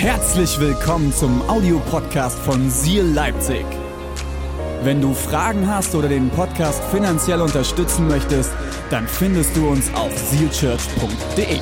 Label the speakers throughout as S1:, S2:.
S1: Herzlich willkommen zum Audiopodcast von Seal Leipzig. Wenn du Fragen hast oder den Podcast finanziell unterstützen möchtest, dann findest du uns auf sealchurch.de.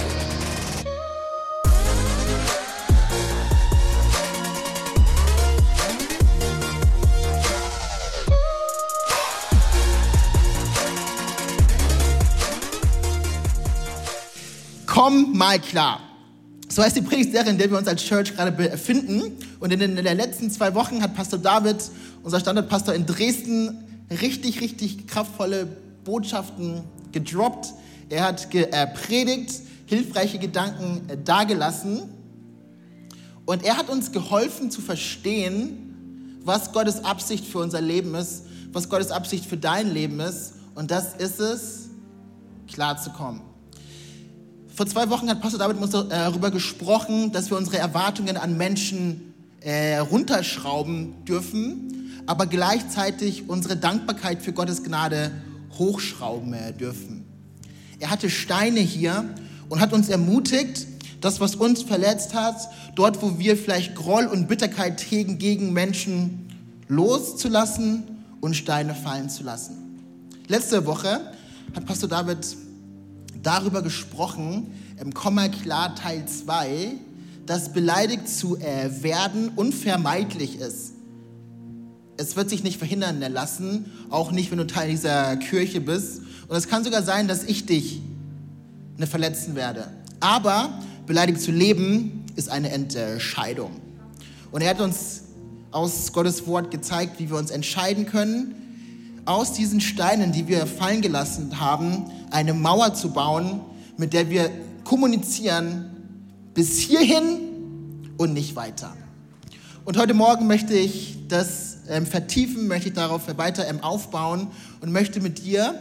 S2: Komm mal klar. So heißt die Predigtserie, in der wir uns als Church gerade befinden. Und in den letzten 2 Wochen hat Pastor David, unser Standortpastor in Dresden, richtig kraftvolle Botschaften gedroppt. Er hat predigt, hilfreiche Gedanken dargelassen. Und er hat uns geholfen zu verstehen, was Gottes Absicht für unser Leben ist, was Gottes Absicht für dein Leben ist. Und das ist es, klar zu kommen. Vor 2 Wochen hat Pastor David mit uns darüber gesprochen, dass wir unsere Erwartungen an Menschen runterschrauben dürfen, aber gleichzeitig unsere Dankbarkeit für Gottes Gnade hochschrauben dürfen. Er hatte Steine hier und hat uns ermutigt, das, was uns verletzt hat, dort, wo wir vielleicht Groll und Bitterkeit hegen, gegen Menschen loszulassen und Steine fallen zu lassen. Letzte Woche hat Pastor David darüber gesprochen, komm mal klar, Teil 2, dass beleidigt zu werden unvermeidlich ist. Es wird sich nicht verhindern lassen, auch nicht, wenn du Teil dieser Kirche bist. Und es kann sogar sein, dass ich dich verletzen werde. Aber beleidigt zu leben ist eine Entscheidung. Und er hat uns aus Gottes Wort gezeigt, wie wir uns entscheiden können, aus diesen Steinen, die wir fallen gelassen haben, eine Mauer zu bauen, mit der wir kommunizieren bis hierhin und nicht weiter. Und heute Morgen möchte ich das vertiefen, möchte ich darauf weiter aufbauen und möchte mit dir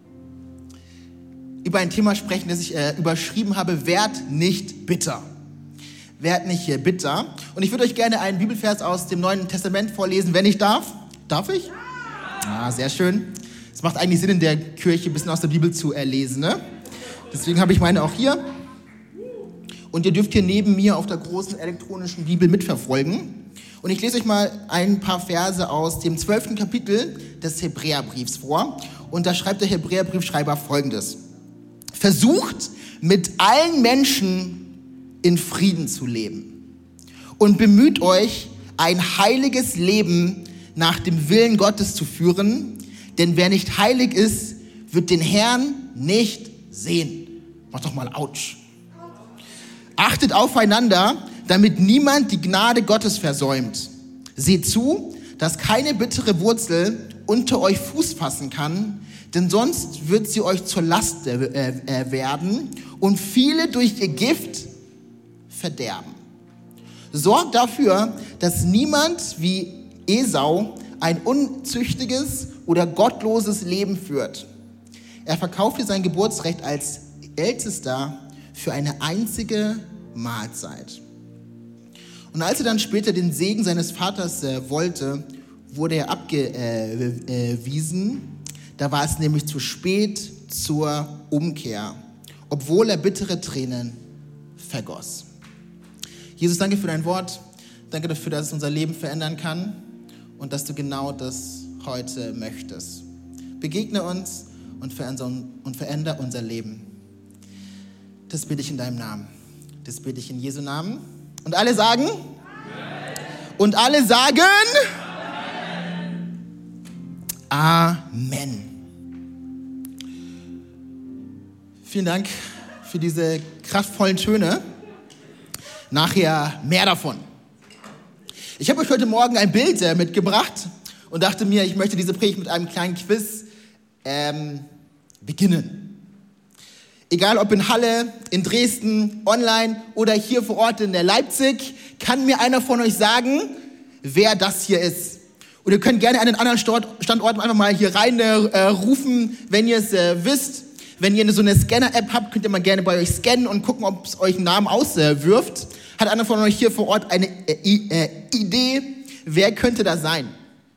S2: über ein Thema sprechen, das ich überschrieben habe, werd nicht bitter. Werd nicht bitter. Und ich würde euch gerne einen Bibelvers aus dem Neuen Testament vorlesen, wenn ich darf. Darf ich? Ah, sehr schön. Es macht eigentlich Sinn, in der Kirche ein bisschen aus der Bibel zu lesen, ne? Deswegen habe ich meine auch hier. Und ihr dürft hier neben mir auf der großen elektronischen Bibel mitverfolgen. Und ich lese euch mal ein paar Verse aus dem 12. Kapitel des Hebräerbriefs vor. Und da schreibt der Hebräerbriefschreiber Folgendes: Versucht mit allen Menschen in Frieden zu leben und bemüht euch, ein heiliges Leben nach dem Willen Gottes zu führen, denn wer nicht heilig ist, wird den Herrn nicht sehen. Mach doch mal Autsch. Achtet aufeinander, damit niemand die Gnade Gottes versäumt. Seht zu, dass keine bittere Wurzel unter euch Fuß fassen kann, denn sonst wird sie euch zur Last werden und viele durch ihr Gift verderben. Sorgt dafür, dass niemand wie Esau ein unzüchtiges oder gottloses Leben führt. Er verkaufte sein Geburtsrecht als Ältester für eine einzige Mahlzeit. Und als er dann später den Segen seines Vaters wollte, wurde er abgewiesen. Da war es nämlich zu spät zur Umkehr, obwohl er bittere Tränen vergoss. Jesus, danke für dein Wort. Danke dafür, dass es unser Leben verändern kann und dass du genau das heute möchtest. Begegne uns und verändere unser Leben. Das bitte ich in deinem Namen. Das bitte ich in Jesu Namen. Und alle sagen? Amen. Und alle sagen? Amen. Amen. Vielen Dank für diese kraftvollen Töne. Nachher mehr davon. Ich habe euch heute Morgen ein Bild mitgebracht und dachte mir, ich möchte diese Predigt mit einem kleinen Quiz beginnen. Egal ob in Halle, in Dresden, online oder hier vor Ort in der Leipzig, kann mir einer von euch sagen, wer das hier ist. Und ihr könnt gerne an den anderen Standorten einfach mal hier rein rufen, wenn ihr es wisst. Wenn ihr so eine Scanner-App habt, könnt ihr mal gerne bei euch scannen und gucken, ob es euch einen Namen auswirft. Hat einer von euch hier vor Ort eine Idee, wer könnte das sein?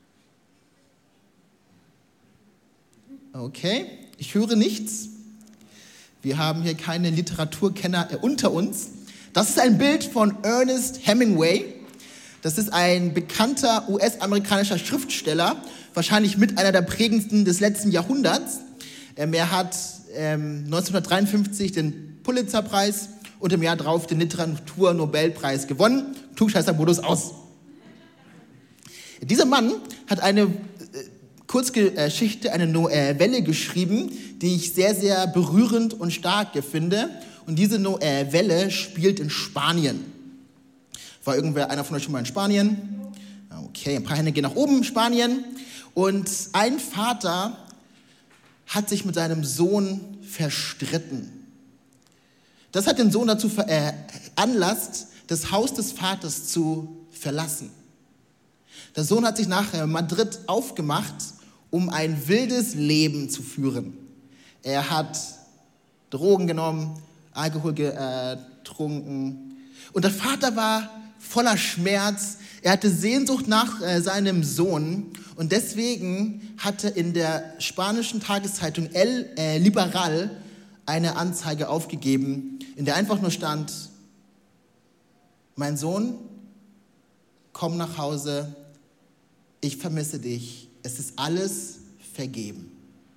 S2: Okay, ich höre nichts. Wir haben hier keine Literaturkenner unter uns. Das ist ein Bild von Ernest Hemingway. Das ist ein bekannter US-amerikanischer Schriftsteller, wahrscheinlich mit einer der prägendsten des letzten Jahrhunderts. Er hat 1953 den Pulitzerpreis und im Jahr darauf den Literatur-Nobelpreis gewonnen. Klugscheißer-Modus aus. Dieser Mann hat eine Kurzgeschichte, eine Novelle geschrieben, die ich sehr, sehr berührend und stark finde. Und diese Novelle spielt in Spanien. War einer von euch schon mal in Spanien? Okay, ein paar Hände gehen nach oben, Spanien. Und ein Vater hat sich mit seinem Sohn verstritten. Das hat den Sohn dazu veranlasst, das Haus des Vaters zu verlassen. Der Sohn hat sich nach Madrid aufgemacht, um ein wildes Leben zu führen. Er hat Drogen genommen, Alkohol getrunken. Und der Vater war voller Schmerz. Er hatte Sehnsucht nach seinem Sohn. Und deswegen hatte in der spanischen Tageszeitung El Liberal eine Anzeige aufgegeben, in der einfach nur stand: Mein Sohn, komm nach Hause, ich vermisse dich, es ist alles vergeben.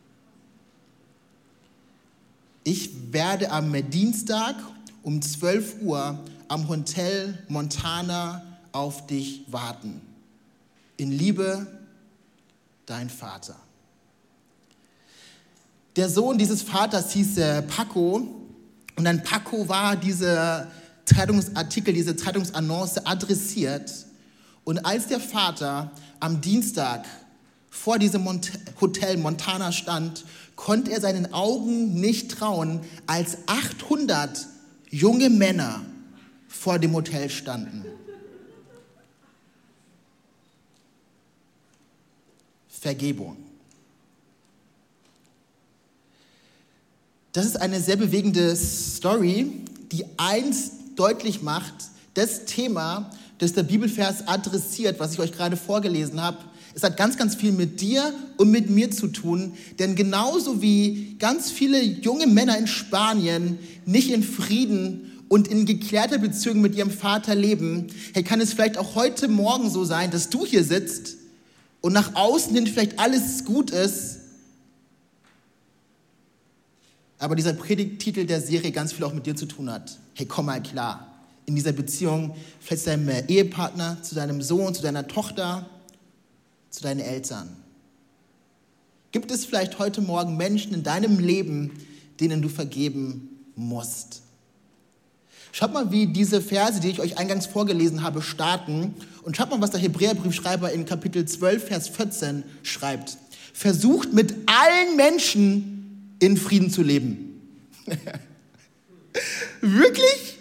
S2: Ich werde am Dienstag um 12 Uhr am Hotel Montana auf dich warten. In Liebe, dein Vater. Der Sohn dieses Vaters hieß Paco und an Paco war dieser Zeitungsartikel, diese Zeitungsannonce adressiert. Und als der Vater am Dienstag vor diesem Hotel Montana stand, konnte er seinen Augen nicht trauen, als 800 junge Männer vor dem Hotel standen. Vergebung. Das ist eine sehr bewegende Story, die eins deutlich macht: Das Thema, das der Bibelvers adressiert, was ich euch gerade vorgelesen habe, es hat ganz, ganz viel mit dir und mit mir zu tun. Denn genauso wie ganz viele junge Männer in Spanien nicht in Frieden und in geklärter Beziehung mit ihrem Vater leben, kann es vielleicht auch heute Morgen so sein, dass du hier sitzt und nach außen hin vielleicht alles gut ist, aber dieser Predigttitel der Serie ganz viel auch mit dir zu tun hat. Hey, komm mal klar. In dieser Beziehung, vielleicht zu deinem Ehepartner, zu deinem Sohn, zu deiner Tochter, zu deinen Eltern. Gibt es vielleicht heute Morgen Menschen in deinem Leben, denen du vergeben musst? Schaut mal, wie diese Verse, die ich euch eingangs vorgelesen habe, starten. Und schaut mal, was der Hebräerbriefschreiber in Kapitel 12, Vers 14 schreibt. Versucht mit allen Menschen in Frieden zu leben. Wirklich?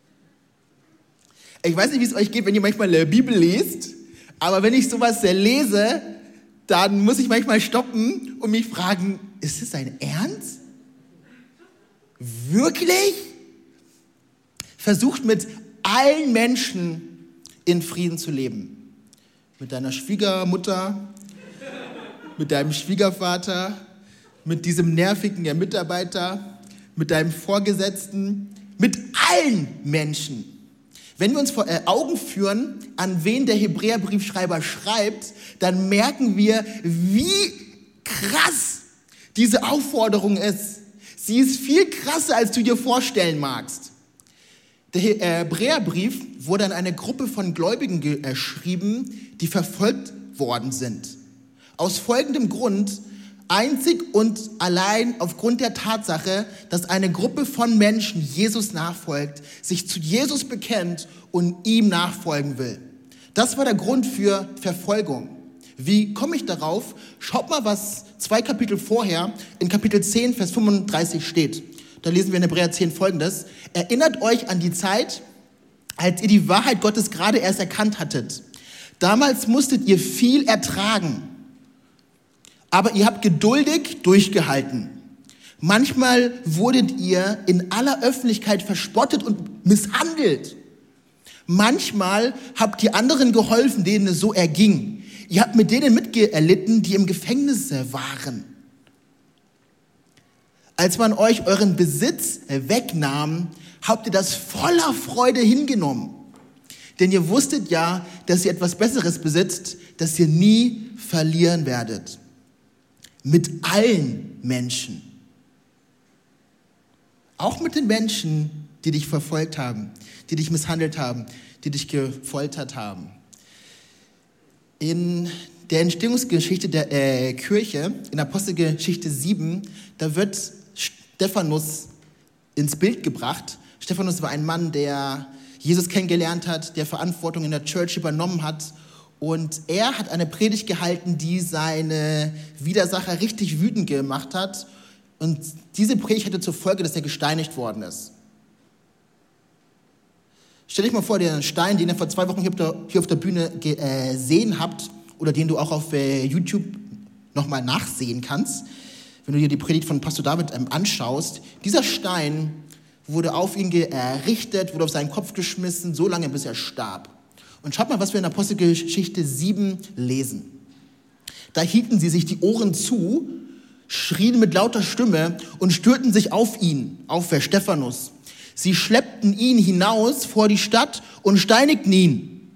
S2: Ich weiß nicht, wie es euch geht, wenn ihr manchmal die Bibel lest, aber wenn ich sowas lese, dann muss ich manchmal stoppen und mich fragen, ist es dein Ernst? Wirklich? Versucht mit allen Menschen in Frieden zu leben. Mit deiner Schwiegermutter, mit deinem Schwiegervater, mit diesem nervigen Mitarbeiter, mit deinem Vorgesetzten, mit allen Menschen. Wenn wir uns vor Augen führen, an wen der Hebräerbriefschreiber schreibt, dann merken wir, wie krass diese Aufforderung ist. Sie ist viel krasser, als du dir vorstellen magst. Der Hebräerbrief wurde an eine Gruppe von Gläubigen geschrieben, die verfolgt worden sind. Aus folgendem Grund: einzig und allein aufgrund der Tatsache, dass eine Gruppe von Menschen Jesus nachfolgt, sich zu Jesus bekennt und ihm nachfolgen will. Das war der Grund für Verfolgung. Wie komme ich darauf? Schaut mal, was 2 Kapitel vorher in Kapitel 10, Vers 35 steht. Da lesen wir in Hebräer 10 Folgendes: Erinnert euch an die Zeit, als ihr die Wahrheit Gottes gerade erst erkannt hattet. Damals musstet ihr viel ertragen. Aber ihr habt geduldig durchgehalten. Manchmal wurdet ihr in aller Öffentlichkeit verspottet und misshandelt. Manchmal habt ihr anderen geholfen, denen es so erging. Ihr habt mit denen mitgelitten, die im Gefängnis waren. Als man euch euren Besitz wegnahm, habt ihr das voller Freude hingenommen. Denn ihr wusstet ja, dass ihr etwas Besseres besitzt, das ihr nie verlieren werdet. Mit allen Menschen. Auch mit den Menschen, die dich verfolgt haben, die dich misshandelt haben, die dich gefoltert haben. In der Entstehungsgeschichte der Kirche, in Apostelgeschichte 7, da wird Stephanus ins Bild gebracht. Stephanus war ein Mann, der Jesus kennengelernt hat, der Verantwortung in der Church übernommen hat. Und er hat eine Predigt gehalten, die seine Widersacher richtig wütend gemacht hat. Und diese Predigt hatte zur Folge, dass er gesteinigt worden ist. Stell dich mal vor, den Stein, den ihr vor 2 Wochen hier auf der Bühne gesehen habt oder den du auch auf YouTube nochmal nachsehen kannst, wenn du dir die Predigt von Pastor David anschaust. Dieser Stein wurde auf ihn gerichtet, wurde auf seinen Kopf geschmissen, so lange, bis er starb. Und schaut mal, was wir in Apostelgeschichte 7 lesen. Da hielten sie sich die Ohren zu, schrien mit lauter Stimme und stürzten sich auf ihn, auf Stephanus. Sie schleppten ihn hinaus vor die Stadt und steinigten ihn.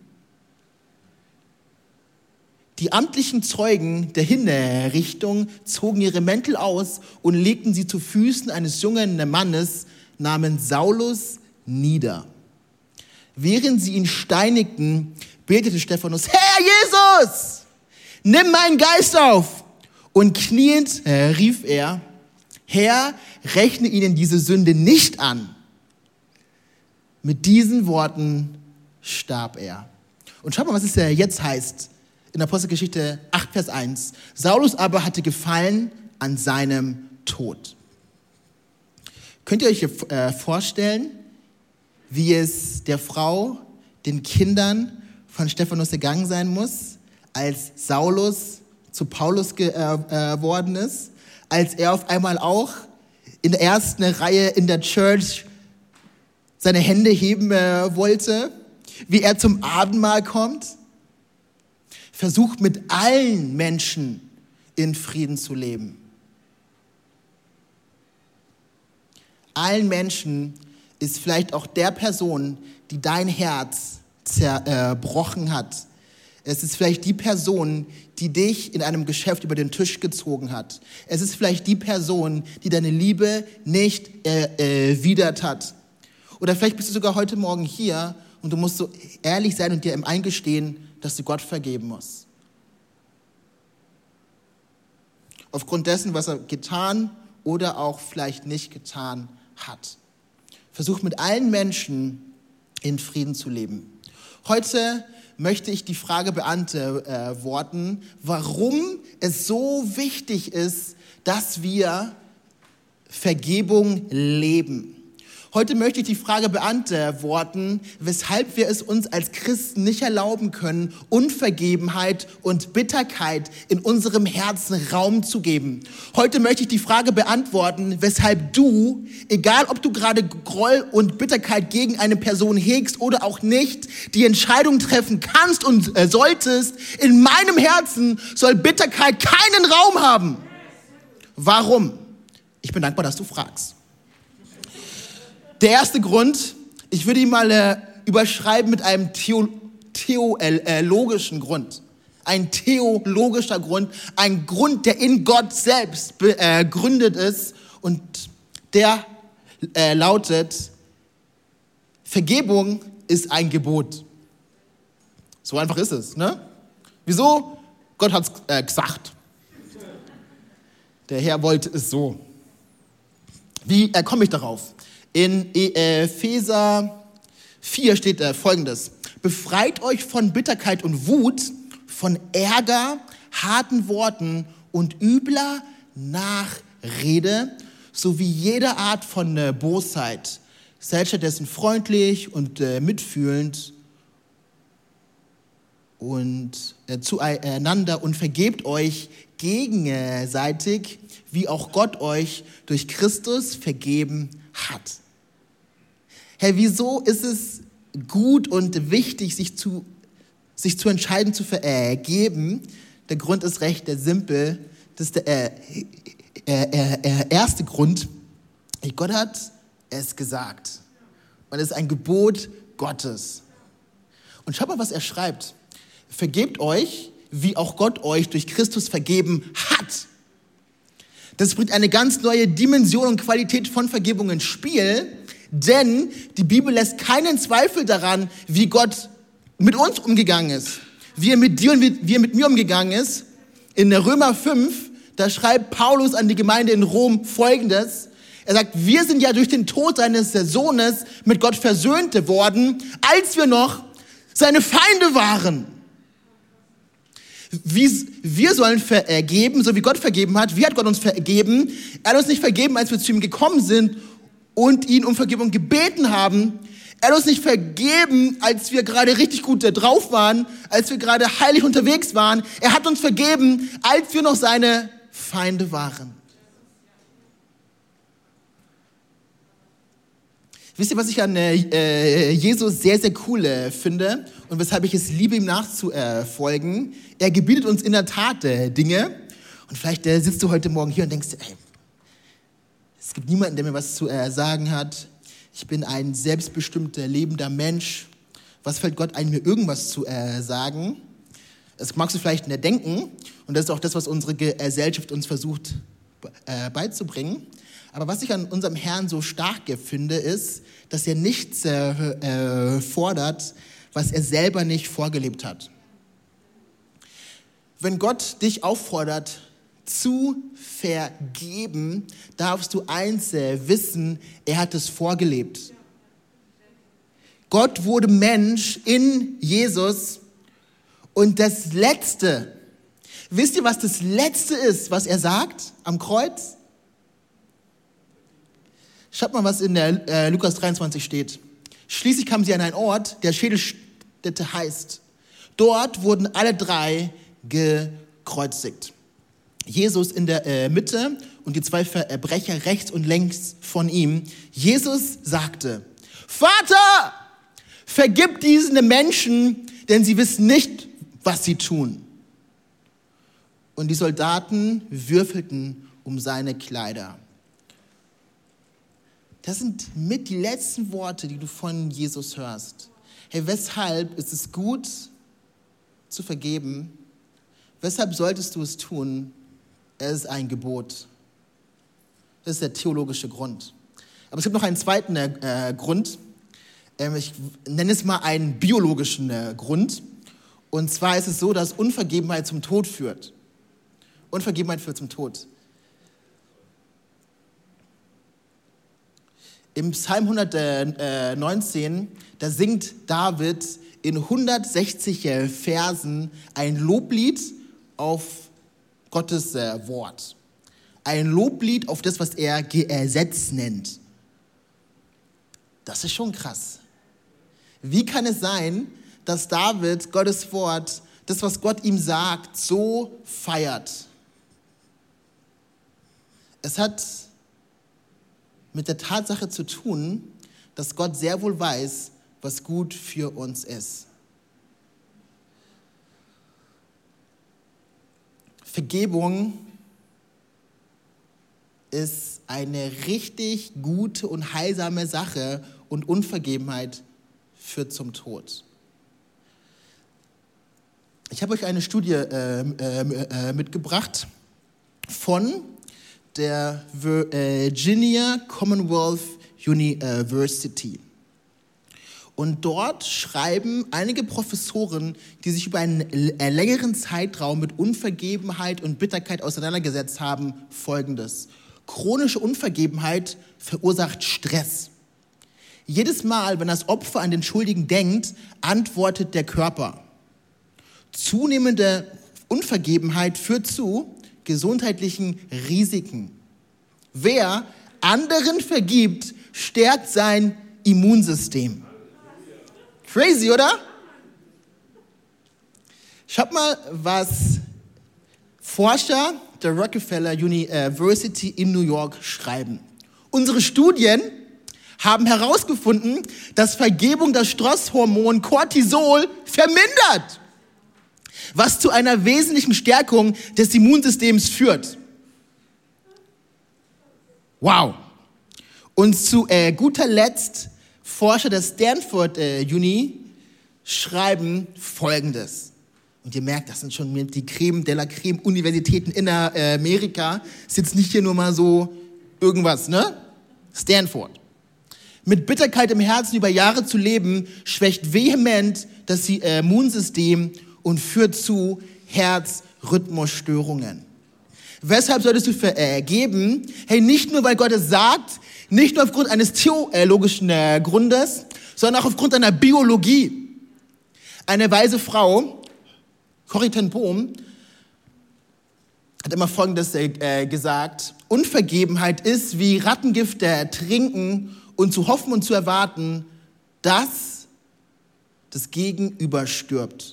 S2: Die amtlichen Zeugen der Hinrichtung zogen ihre Mäntel aus und legten sie zu Füßen eines jungen Mannes namens Saulus nieder. Während sie ihn steinigten, betete Stephanus: Herr Jesus, nimm meinen Geist auf. Und kniend rief er: Herr, rechne ihnen diese Sünde nicht an. Mit diesen Worten starb er. Und schaut mal, was es jetzt heißt. In Apostelgeschichte 8, Vers 1. Saulus aber hatte Gefallen an seinem Tod. Könnt ihr euch vorstellen, wie es der Frau, den Kindern von Stephanus gegangen sein muss, als Saulus zu Paulus geworden ist, als er auf einmal auch in der ersten Reihe in der Church seine Hände heben wollte, wie er zum Abendmahl kommt? Versucht mit allen Menschen in Frieden zu leben. Allen Menschen ist vielleicht auch der Person, die dein Herz zerbrochen hat. Es ist vielleicht die Person, die dich in einem Geschäft über den Tisch gezogen hat. Es ist vielleicht die Person, die deine Liebe nicht erwidert hat. Oder vielleicht bist du sogar heute Morgen hier und du musst so ehrlich sein und dir eingestehen, dass du Gott vergeben musst. Aufgrund dessen, was er getan oder auch vielleicht nicht getan hat. Versuch mit allen Menschen in Frieden zu leben. Heute möchte ich die Frage beantworten, warum es so wichtig ist, dass wir Vergebung leben. Heute möchte ich die Frage beantworten, weshalb wir es uns als Christen nicht erlauben können, Unvergebenheit und Bitterkeit in unserem Herzen Raum zu geben. Heute möchte ich die Frage beantworten, weshalb du, egal ob du gerade Groll und Bitterkeit gegen eine Person hegst oder auch nicht, die Entscheidung treffen kannst und solltest, in meinem Herzen soll Bitterkeit keinen Raum haben. Warum? Ich bin dankbar, dass du fragst. Der erste Grund, ich würde ihn mal überschreiben mit einem theologischen Grund. Ein theologischer Grund, ein Grund, der in Gott selbst begründet ist und der lautet: Vergebung ist ein Gebot. So einfach ist es, ne? Wieso? Gott hat's gesagt. Der Herr wollte es so. Wie komme ich darauf? In Epheser 4 steht Folgendes: Befreit euch von Bitterkeit und Wut, von Ärger, harten Worten und übler Nachrede, sowie jeder Art von Bosheit. Seid stattdessen freundlich und mitfühlend und zueinander und vergebt euch gegenseitig, wie auch Gott euch durch Christus vergeben hat. Herr, wieso ist es gut und wichtig, sich zu entscheiden, zu vergeben? Der Grund ist recht simpel. Das ist der erste Grund. Gott hat es gesagt. Und es ist ein Gebot Gottes. Und schaut mal, was er schreibt. Vergebt euch, wie auch Gott euch durch Christus vergeben hat. Das bringt eine ganz neue Dimension und Qualität von Vergebung ins Spiel, denn die Bibel lässt keinen Zweifel daran, wie Gott mit uns umgegangen ist, wie er mit dir und wie er mit mir umgegangen ist. In der Römer 5, da schreibt Paulus an die Gemeinde in Rom Folgendes. Er sagt, wir sind ja durch den Tod seines Sohnes mit Gott versöhnt worden, als wir noch seine Feinde waren. Wir sollen vergeben, so wie Gott vergeben hat. Wie hat Gott uns vergeben? Er hat uns nicht vergeben, als wir zu ihm gekommen sind und ihn um Vergebung gebeten haben. Er hat uns nicht vergeben, als wir gerade richtig gut drauf waren, als wir gerade heilig unterwegs waren. Er hat uns vergeben, als wir noch seine Feinde waren. Wisst ihr, was ich an Jesus sehr, sehr cool finde und weshalb ich es liebe, ihm nachzufolgen? Er gebietet uns in der Tat Dinge. Und vielleicht sitzt du heute Morgen hier und denkst, ey, es gibt niemanden, der mir was zu sagen hat. Ich bin ein selbstbestimmter, lebender Mensch. Was fällt Gott ein, mir irgendwas zu sagen? Das magst du vielleicht nicht denken. Und das ist auch das, was unsere Gesellschaft uns versucht beizubringen. Aber was ich an unserem Herrn so stark finde, ist, dass er nichts fordert, was er selber nicht vorgelebt hat. Wenn Gott dich auffordert, zu vergeben, darfst du eins wissen, er hat es vorgelebt. Gott wurde Mensch in Jesus und das Letzte, wisst ihr, was das Letzte ist, was er sagt am Kreuz? Schaut mal, was in der Lukas 23 steht. Schließlich kamen sie an einen Ort, der Schädelstätte heißt. Dort wurden alle drei gekreuzigt. Jesus in der Mitte und die zwei Verbrecher rechts und links von ihm. Jesus sagte, Vater, vergib diesen Menschen, denn sie wissen nicht, was sie tun. Und die Soldaten würfelten um seine Kleider. Das sind mit die letzten Worte, die du von Jesus hörst. Hey, weshalb ist es gut zu vergeben? Weshalb solltest du es tun? Es ist ein Gebot. Das ist der theologische Grund. Aber es gibt noch einen zweiten Grund. Ich nenne es mal einen biologischen Grund. Und zwar ist es so, dass Unvergebenheit zum Tod führt. Unvergebenheit führt zum Tod. Im Psalm 119, da singt David in 160 Versen ein Loblied auf Gottes Wort. Ein Loblied auf das, was er Gesetz nennt. Das ist schon krass. Wie kann es sein, dass David Gottes Wort, das, was Gott ihm sagt, so feiert? Es hat mit der Tatsache zu tun, dass Gott sehr wohl weiß, was gut für uns ist. Vergebung ist eine richtig gute und heilsame Sache und Unvergebenheit führt zum Tod. Ich habe euch eine Studie mitgebracht von der Virginia Commonwealth University. Und dort schreiben einige Professoren, die sich über einen längeren Zeitraum mit Unvergebenheit und Bitterkeit auseinandergesetzt haben, Folgendes. Chronische Unvergebenheit verursacht Stress. Jedes Mal, wenn das Opfer an den Schuldigen denkt, antwortet der Körper. Zunehmende Unvergebenheit führt zu gesundheitlichen Risiken. Wer anderen vergibt, stärkt sein Immunsystem. Crazy, oder? Schaut mal, was Forscher der Rockefeller University in New York schreiben. Unsere Studien haben herausgefunden, dass Vergebung das Stresshormon Cortisol vermindert, was zu einer wesentlichen Stärkung des Immunsystems führt. Wow. Und zu guter Letzt Forscher der Stanford Uni schreiben Folgendes. Und ihr merkt, das sind schon die Creme de la Creme Universitäten in Amerika. Ist jetzt nicht hier nur mal so irgendwas, ne? Stanford. Mit Bitterkeit im Herzen über Jahre zu leben, schwächt vehement das Immunsystem und führt zu Herzrhythmusstörungen. Weshalb solltest du vergeben? Hey, nicht nur, weil Gott es sagt, nicht nur aufgrund eines theologischen Grundes, sondern auch aufgrund einer Biologie. Eine weise Frau, Corrie ten Boom, hat immer Folgendes gesagt: Unvergebenheit ist wie Rattengift trinken und zu hoffen und zu erwarten, dass das Gegenüber stirbt.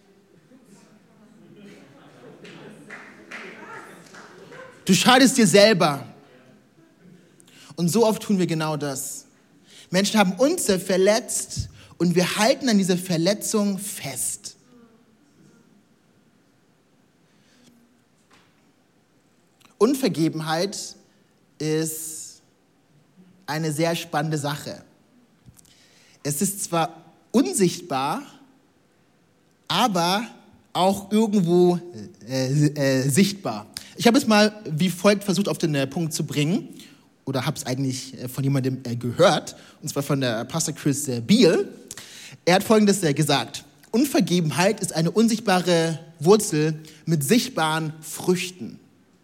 S2: Du schadest dir selber. Und so oft tun wir genau das. Menschen haben uns verletzt und wir halten an dieser Verletzung fest. Unvergebenheit ist eine sehr spannende Sache. Es ist zwar unsichtbar, aber auch irgendwo sichtbar. Ich habe es mal wie folgt versucht auf den Punkt zu bringen, oder habe es eigentlich von jemandem gehört, und zwar von der Pastor Chris Beal. Er hat Folgendes gesagt: Unvergebenheit ist eine unsichtbare Wurzel mit sichtbaren Früchten.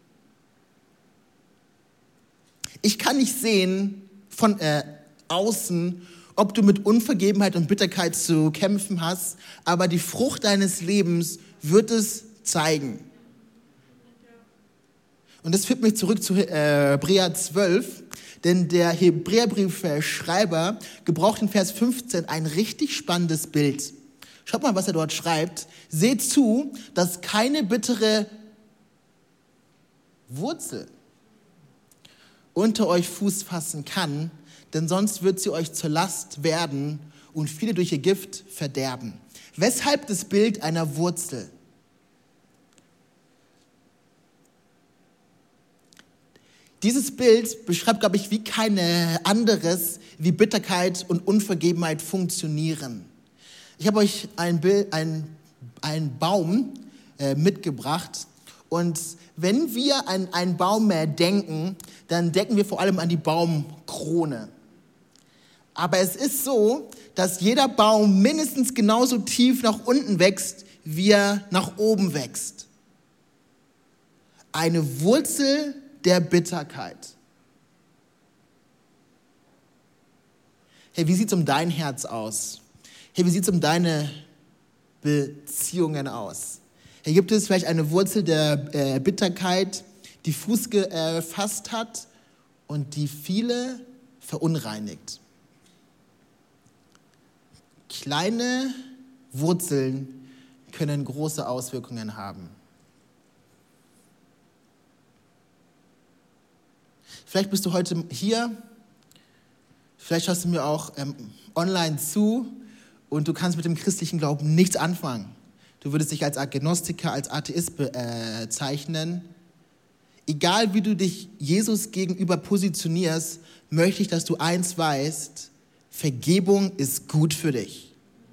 S2: Ich kann nicht sehen von außen, ob du mit Unvergebenheit und Bitterkeit zu kämpfen hast, aber die Frucht deines Lebens wird es zeigen. Und das führt mich zurück zu Hebräer 12, denn der Hebräerbriefschreiber gebraucht in Vers 15 ein richtig spannendes Bild. Schaut mal, was er dort schreibt. Seht zu, dass keine bittere Wurzel unter euch Fuß fassen kann, denn sonst wird sie euch zur Last werden und viele durch ihr Gift verderben. Weshalb das Bild einer Wurzel? Dieses Bild beschreibt, glaube ich, wie kein anderes, wie Bitterkeit und Unvergebenheit funktionieren. Ich habe euch einen Baum mitgebracht. Und wenn wir an einen Baum denken, dann denken wir vor allem an die Baumkrone. Aber es ist so, dass jeder Baum mindestens genauso tief nach unten wächst, wie er nach oben wächst. Eine Wurzel der Bitterkeit. Hey, wie sieht es um dein Herz aus? Hey, wie sieht es um deine Beziehungen aus? Hey, gibt es vielleicht eine Wurzel der Bitterkeit, die Fuß gefasst hat und die viele verunreinigt? Kleine Wurzeln können große Auswirkungen haben. Vielleicht bist du heute hier, vielleicht schaust du mir auch online zu und du kannst mit dem christlichen Glauben nichts anfangen. Du würdest dich als Agnostiker, als Atheist bezeichnen. Egal wie du dich Jesus gegenüber positionierst, möchte ich, dass du eins weißt: Vergebung ist gut für dich.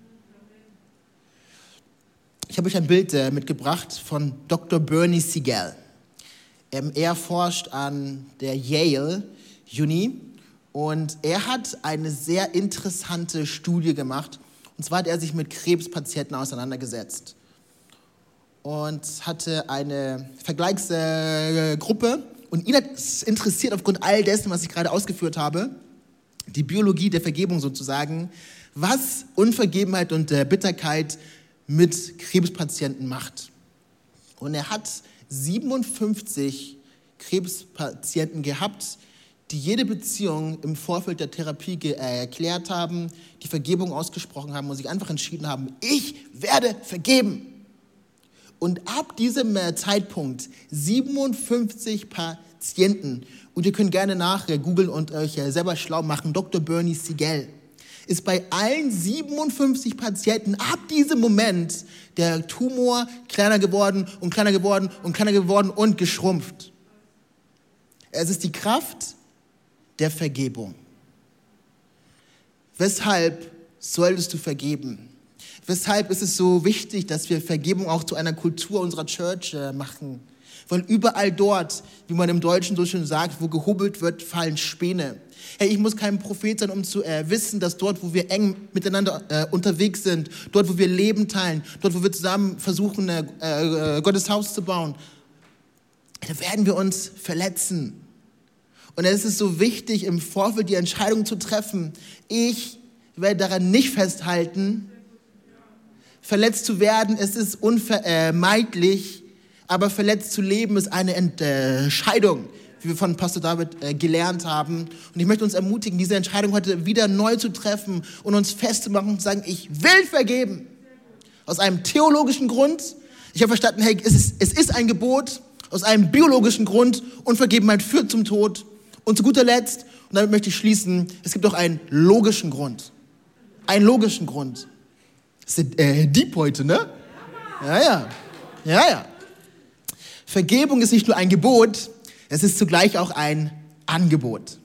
S2: Ich habe euch ein Bild mitgebracht von Dr. Bernie Siegel. Er forscht an der Yale Uni und er hat eine sehr interessante Studie gemacht. Und zwar hat er sich mit Krebspatienten auseinandergesetzt und hatte eine Vergleichsgruppe. Und ihn hat es interessiert, aufgrund all dessen, was ich gerade ausgeführt habe, die Biologie der Vergebung sozusagen, was Unvergebenheit und Bitterkeit mit Krebspatienten macht. Und er hat 57 Krebspatienten gehabt, die jede Beziehung im Vorfeld der Therapie erklärt haben, die Vergebung ausgesprochen haben und sich einfach entschieden haben: Ich werde vergeben. Und ab diesem Zeitpunkt 57 Patienten, und ihr könnt gerne googeln und euch selber schlau machen, Dr. Bernie Siegel, ist bei allen 57 Patienten ab diesem Moment der Tumor kleiner geworden und kleiner geworden und kleiner geworden und geschrumpft. Es ist die Kraft der Vergebung. Weshalb solltest du vergeben? Weshalb ist es so wichtig, dass wir Vergebung auch zu einer Kultur unserer Church machen? Weil überall dort, wie man im Deutschen so schön sagt, wo gehobelt wird, fallen Späne. Hey, ich muss kein Prophet sein, um zu wissen, dass dort, wo wir eng miteinander unterwegs sind, dort, wo wir Leben teilen, dort, wo wir zusammen versuchen, Gottes Haus zu bauen, da werden wir uns verletzen. Und es ist so wichtig, im Vorfeld die Entscheidung zu treffen. Ich werde daran nicht festhalten. Verletzt zu werden, es ist unvermeidlich, aber verletzt zu leben ist eine Entscheidung, wie wir von Pastor David gelernt haben. Und ich möchte uns ermutigen, diese Entscheidung heute wieder neu zu treffen und uns festzumachen und zu sagen, ich will vergeben. Aus einem theologischen Grund. Ich habe verstanden, hey, es ist ein Gebot. Aus einem biologischen Grund. Unvergebenheit führt zum Tod. Und zu guter Letzt, und damit möchte ich schließen, es gibt auch einen logischen Grund. Einen logischen Grund. Das ist deep heute, ne? Ja. Vergebung ist nicht nur ein Gebot, es ist zugleich auch ein Angebot.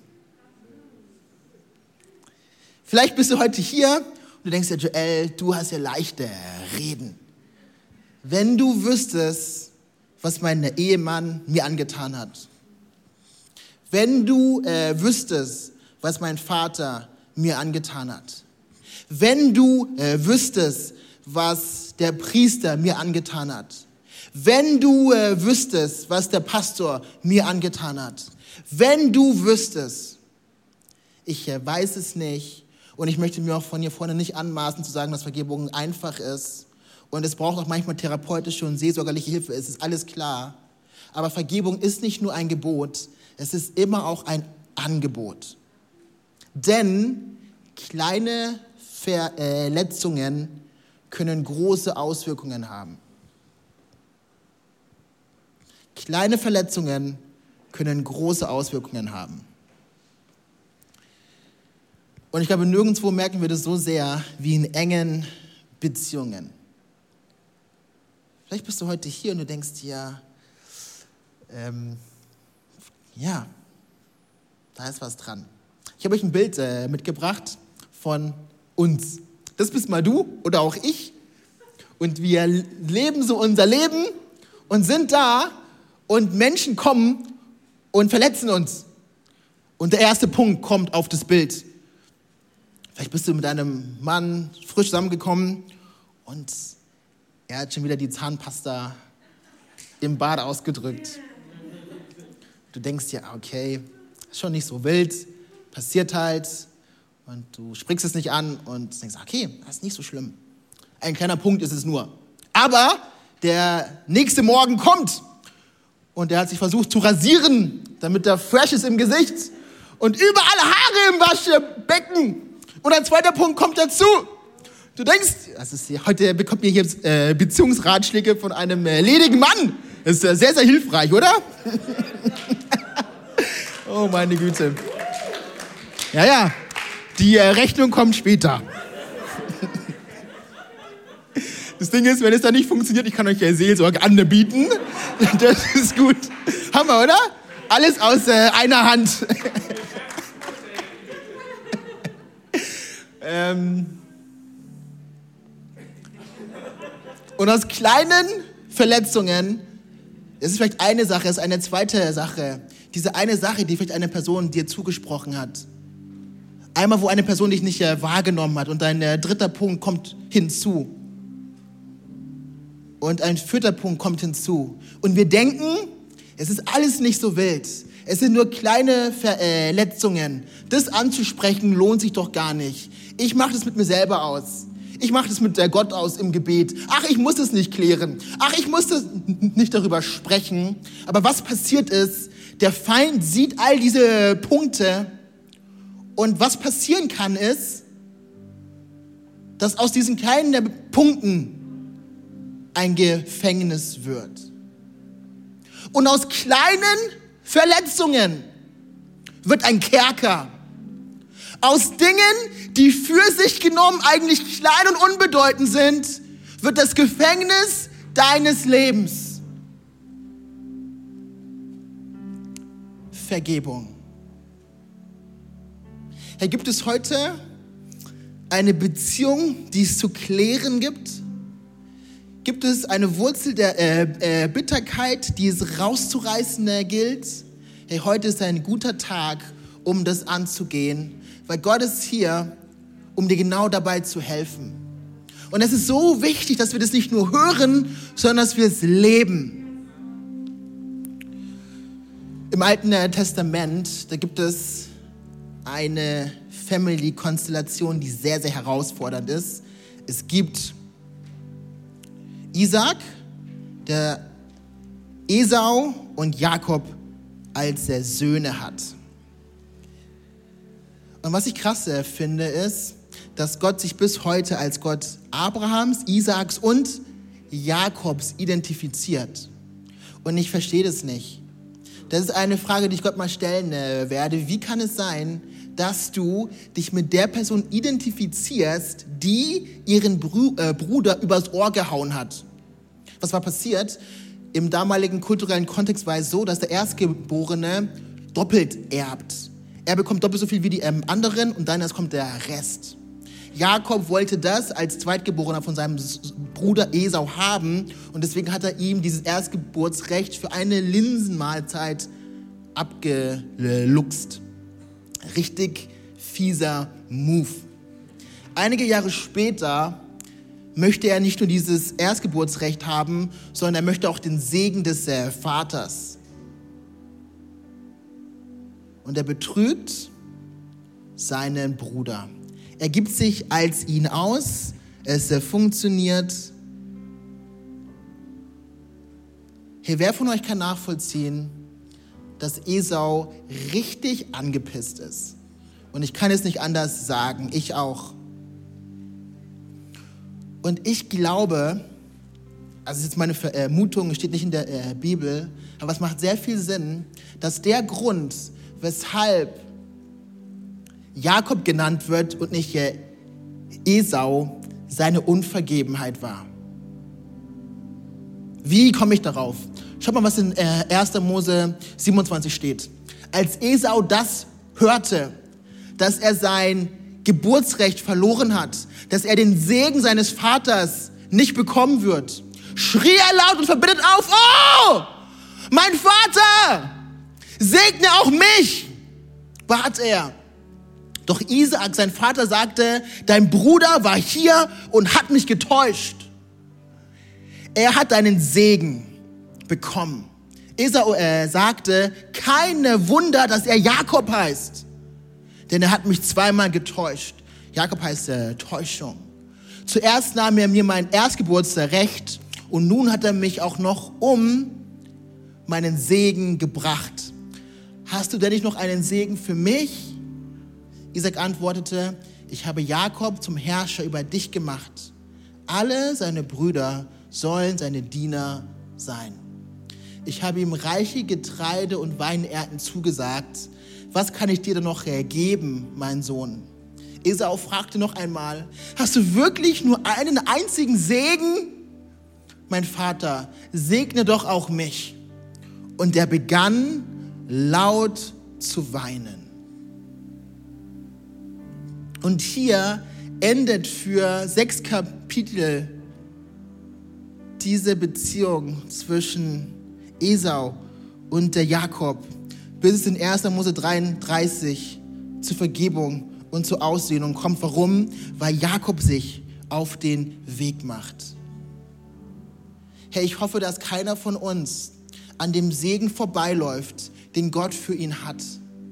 S2: Vielleicht bist du heute hier und du denkst ja, Joel, du hast ja leichte Reden. Wenn du wüsstest, was mein Ehemann mir angetan hat. Wenn du wüsstest, was mein Vater mir angetan hat. Wenn du wüsstest, was der Priester mir angetan hat. Wenn du wüsstest, was der Pastor mir angetan hat. Wenn du wüsstest, ich weiß es nicht und ich möchte mir auch von hier vorne nicht anmaßen zu sagen, dass Vergebung einfach ist und es braucht auch manchmal therapeutische und seelsorgerliche Hilfe, es ist alles klar. Aber Vergebung ist nicht nur ein Gebot, es ist immer auch ein Angebot. Denn kleine Verletzungen können große Auswirkungen haben. Kleine Verletzungen können große Auswirkungen haben. Und ich glaube, nirgendwo merken wir das so sehr wie in engen Beziehungen. Vielleicht bist du heute hier und du denkst dir, ja, da ist was dran. Ich habe euch ein Bild mitgebracht von uns. Das bist mal du oder auch ich. Und wir leben so unser Leben und sind da und Menschen kommen und verletzen uns. Und der erste Punkt kommt auf das Bild. Vielleicht bist du mit deinem Mann frisch zusammengekommen und er hat schon wieder die Zahnpasta im Bad ausgedrückt. Du denkst dir, okay, ist schon nicht so wild, passiert halt. Und du sprichst es nicht an und denkst, okay, das ist nicht so schlimm. Ein kleiner Punkt ist es nur. Aber der nächste Morgen kommt und er hat sich versucht zu rasieren, damit er fresh ist im Gesicht und überall Haare im Waschbecken. Und ein zweiter Punkt kommt dazu. Du denkst, heute bekommt ihr hier Beziehungsratschläge von einem ledigen Mann. Das ist sehr, sehr hilfreich, oder? Oh, meine Güte. Ja. Die Rechnung kommt später. Das Ding ist, wenn es dann nicht funktioniert, ich kann euch ja Seelsorge anbieten. Das ist gut. Hammer, oder? Alles aus einer Hand. Und aus kleinen Verletzungen, das ist vielleicht eine Sache, ist eine zweite Sache. Diese eine Sache, die vielleicht eine Person dir zugesprochen hat. Einmal, wo eine Person dich nicht wahrgenommen hat. Und ein dritter Punkt kommt hinzu. Und ein vierter Punkt kommt hinzu. Und wir denken, es ist alles nicht so wild. Es sind nur kleine Verletzungen. Das anzusprechen lohnt sich doch gar nicht. Ich mache das mit mir selber aus. Ich mache das mit Gott aus im Gebet. Ach, ich muss das nicht klären. Ach, ich muss das nicht darüber sprechen. Aber was passiert ist, der Feind sieht all diese Punkte. Und was passieren kann, ist, dass aus diesen kleinen Punkten ein Gefängnis wird. Und aus kleinen Verletzungen wird ein Kerker. Aus Dingen, die für sich genommen eigentlich klein und unbedeutend sind, wird das Gefängnis deines Lebens. Vergebung. Hey, gibt es heute eine Beziehung, die es zu klären gibt? Gibt es eine Wurzel der Bitterkeit, die es rauszureißen gilt? Hey, heute ist ein guter Tag, um das anzugehen, weil Gott ist hier, um dir genau dabei zu helfen. Und es ist so wichtig, dass wir das nicht nur hören, sondern dass wir es leben. Im Alten Testament, da gibt es eine Family-Konstellation, die sehr, sehr herausfordernd ist. Es gibt Isaac, der Esau und Jakob als Söhne hat. Und was ich krass finde, ist, dass Gott sich bis heute als Gott Abrahams, Isaaks und Jakobs identifiziert. Und ich verstehe das nicht. Das ist eine Frage, die ich Gott mal stellen werde. Wie kann es sein, dass du dich mit der Person identifizierst, die ihren Bruder übers Ohr gehauen hat? Was war passiert? Im damaligen kulturellen Kontext war es so, dass der Erstgeborene doppelt erbt. Er bekommt doppelt so viel wie die anderen und dann erst kommt der Rest. Jakob wollte das als Zweitgeborener von seinem Bruder Esau haben und deswegen hat er ihm dieses Erstgeburtsrecht für eine Linsenmahlzeit abgeluchst. Richtig fieser Move. Einige Jahre später möchte er nicht nur dieses Erstgeburtsrecht haben, sondern er möchte auch den Segen des Vaters. Und er betrügt seinen Bruder. Er gibt sich als ihn aus, es funktioniert. Hey, wer von euch kann nachvollziehen, dass Esau richtig angepisst ist? Und ich kann es nicht anders sagen, ich auch. Und ich glaube, also das ist jetzt meine Vermutung, steht nicht in der Bibel, aber es macht sehr viel Sinn, dass der Grund, weshalb Jakob genannt wird und nicht Esau, seine Unvergebenheit war. Wie komme ich darauf? Schaut mal, was in 1. Mose 27 steht. Als Esau das hörte, dass er sein Geburtsrecht verloren hat, dass er den Segen seines Vaters nicht bekommen wird, schrie er laut und verbittet auf: Oh, mein Vater, segne auch mich, bat er. Doch Isaak, sein Vater, sagte: Dein Bruder war hier und hat mich getäuscht. Er hat deinen Segen bekommen. Esau sagte: Kein Wunder, dass er Jakob heißt, denn er hat mich zweimal getäuscht. Jakob heißt Täuschung. Zuerst nahm er mir mein Erstgeburtsrecht und nun hat er mich auch noch um meinen Segen gebracht. Hast du denn nicht noch einen Segen für mich? Isaac antwortete: Ich habe Jakob zum Herrscher über dich gemacht. Alle seine Brüder sollen seine Diener sein. Ich habe ihm reiche Getreide und Weinernten zugesagt. Was kann ich dir denn noch geben, mein Sohn? Esau fragte noch einmal: Hast du wirklich nur einen einzigen Segen? Mein Vater, segne doch auch mich. Und er begann laut zu weinen. Und hier endet für 6 Kapitel diese Beziehung zwischen Esau und der Jakob, bis es in 1. Mose 33 zur Vergebung und zur Aussöhnung kommt. Warum? Weil Jakob sich auf den Weg macht. Hey, ich hoffe, dass keiner von uns an dem Segen vorbeiläuft, den Gott für ihn hat.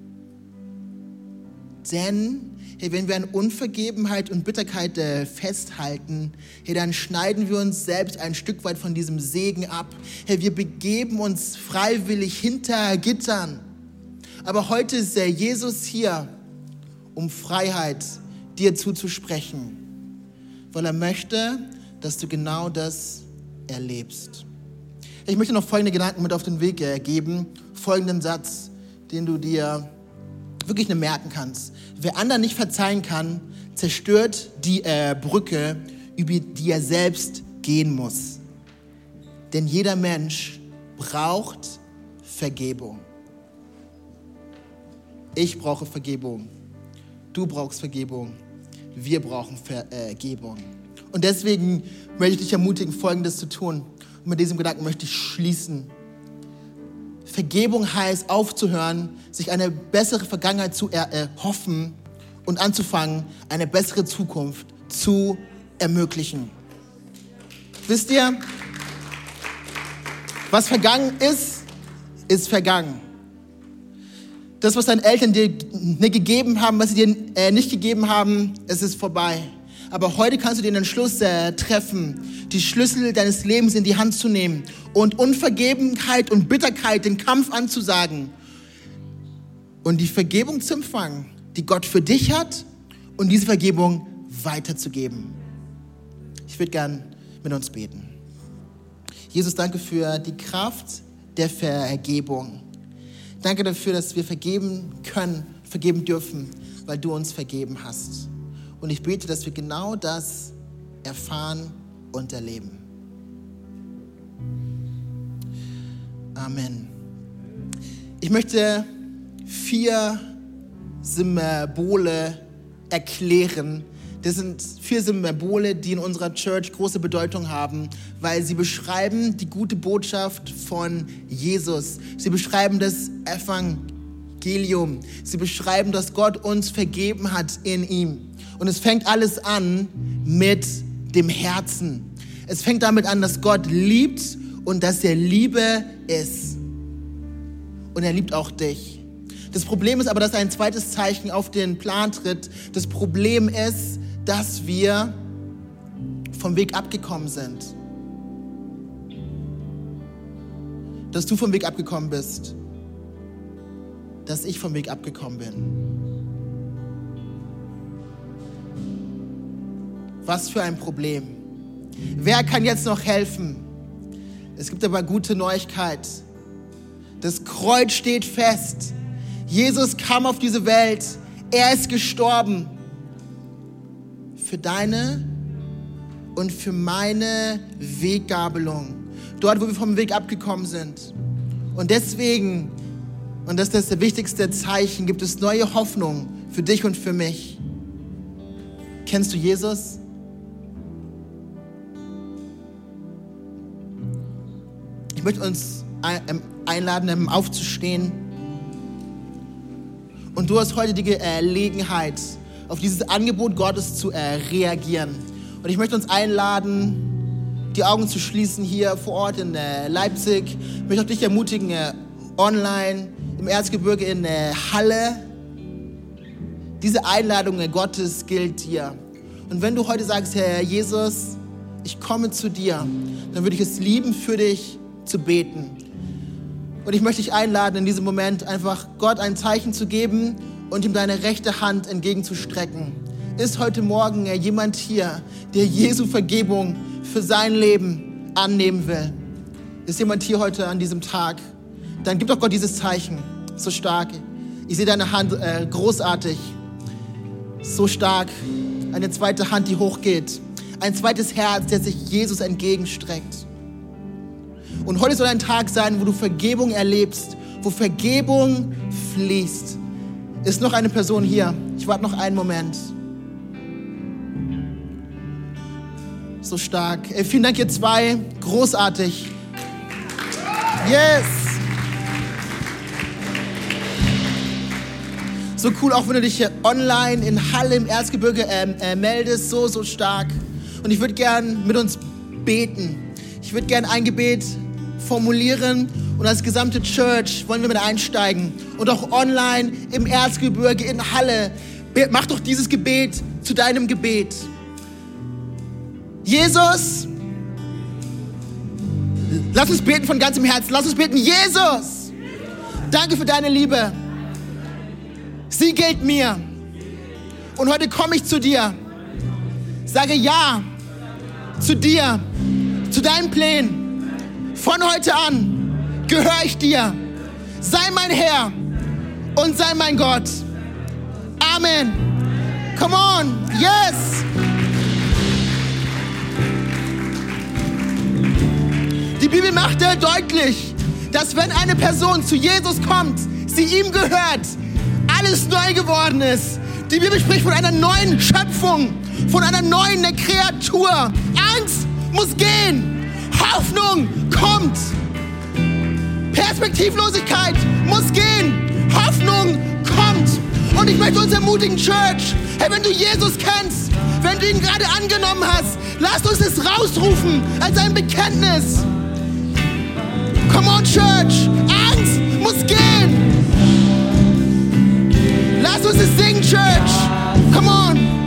S2: Denn, hey, wenn wir an Unvergebenheit und Bitterkeit festhalten, hey, dann schneiden wir uns selbst ein Stück weit von diesem Segen ab. Hey, wir begeben uns freiwillig hinter Gittern. Aber heute ist Jesus hier, um Freiheit dir zuzusprechen, weil er möchte, dass du genau das erlebst. Ich möchte noch folgende Gedanken mit auf den Weg geben, folgenden Satz, den du dir wirklich merken kannst. Wer anderen nicht verzeihen kann, zerstört die Brücke, über die er selbst gehen muss. Denn jeder Mensch braucht Vergebung. Ich brauche Vergebung. Du brauchst Vergebung. wir brauchen Vergebung. Und deswegen möchte ich dich ermutigen, Folgendes zu tun. Und mit diesem Gedanken möchte ich schließen. Vergebung heißt aufzuhören, sich eine bessere Vergangenheit zu erhoffen und anzufangen, eine bessere Zukunft zu ermöglichen. Wisst ihr, was vergangen ist, ist vergangen. Das, was deine Eltern dir gegeben haben, was sie dir nicht gegeben haben, es ist vorbei. Aber heute kannst du den Entschluss treffen, die Schlüssel deines Lebens in die Hand zu nehmen und Unvergebenheit und Bitterkeit, den Kampf anzusagen und die Vergebung zu empfangen, die Gott für dich hat und diese Vergebung weiterzugeben. Ich würde gern mit uns beten. Jesus, danke für die Kraft der Vergebung. Danke dafür, dass wir vergeben können, vergeben dürfen, weil du uns vergeben hast. Und ich bete, dass wir genau das erfahren und erleben. Amen. Ich möchte 4 Symbole erklären. Das sind 4 Symbole, die in unserer Church große Bedeutung haben, weil sie beschreiben die gute Botschaft von Jesus. Sie beschreiben das Evangelium. Sie beschreiben, dass Gott uns vergeben hat in ihm. Und es fängt alles an mit dem Herzen. Es fängt damit an, dass Gott liebt und dass er Liebe ist. Und er liebt auch dich. Das Problem ist aber, dass ein zweites Zeichen auf den Plan tritt. Das Problem ist, dass wir vom Weg abgekommen sind. Dass du vom Weg abgekommen bist. Dass ich vom Weg abgekommen bin. Was für ein Problem. Wer kann jetzt noch helfen? Es gibt aber gute Neuigkeit. Das Kreuz steht fest. Jesus kam auf diese Welt. Er ist gestorben. Für deine und für meine Weggabelung. Dort, wo wir vom Weg abgekommen sind. Und deswegen, und das ist das wichtigste Zeichen, gibt es neue Hoffnung für dich und für mich. Kennst du Jesus? Ich möchte uns einladen, aufzustehen. Und du hast heute die Gelegenheit, auf dieses Angebot Gottes zu reagieren. Und ich möchte uns einladen, die Augen zu schließen hier vor Ort in Leipzig. Ich möchte auch dich ermutigen, online, im Erzgebirge in Halle. Diese Einladung Gottes gilt dir. Und wenn du heute sagst, Herr Jesus, ich komme zu dir, dann würde ich es lieben, für dich zu beten. Und ich möchte dich einladen, in diesem Moment einfach Gott ein Zeichen zu geben und ihm deine rechte Hand entgegenzustrecken. Ist heute Morgen jemand hier, der Jesu Vergebung für sein Leben annehmen will? Ist jemand hier heute an diesem Tag? Dann gib doch Gott dieses Zeichen. So stark. Ich sehe deine Hand großartig. So stark. Eine zweite Hand, die hochgeht. Ein zweites Herz, das sich Jesus entgegenstreckt. Und heute soll ein Tag sein, wo du Vergebung erlebst, wo Vergebung fließt. Ist noch eine Person hier? Ich warte noch einen Moment. So stark. Vielen Dank, ihr zwei. Großartig. Yes. So cool, auch wenn du dich hier online in Halle im Erzgebirge meldest. So stark. Und ich würde gern mit uns beten. Ich würde gern ein Gebet formulieren und als gesamte Church wollen wir mit einsteigen. Und auch online im Erzgebirge in Halle. Mach doch dieses Gebet zu deinem Gebet. Jesus, lass uns beten von ganzem Herzen. Lass uns beten, Jesus, danke für deine Liebe. Sie gilt mir. Und heute komme ich zu dir. Sage ja zu dir, zu deinen Plänen. Von heute an gehöre ich dir. Sei mein Herr und sei mein Gott. Amen. Come on. Yes. Die Bibel macht deutlich, dass wenn eine Person zu Jesus kommt, sie ihm gehört, alles neu geworden ist. Die Bibel spricht von einer neuen Schöpfung, von einer neuen Kreatur. Angst muss gehen. Hoffnung kommt. Perspektivlosigkeit muss gehen. Hoffnung kommt. Und ich möchte uns ermutigen, Church, hey, wenn du Jesus kennst, wenn du ihn gerade angenommen hast, lasst uns es rausrufen als ein Bekenntnis. Come on, Church. Angst muss gehen. Lass uns es singen, Church. Come on.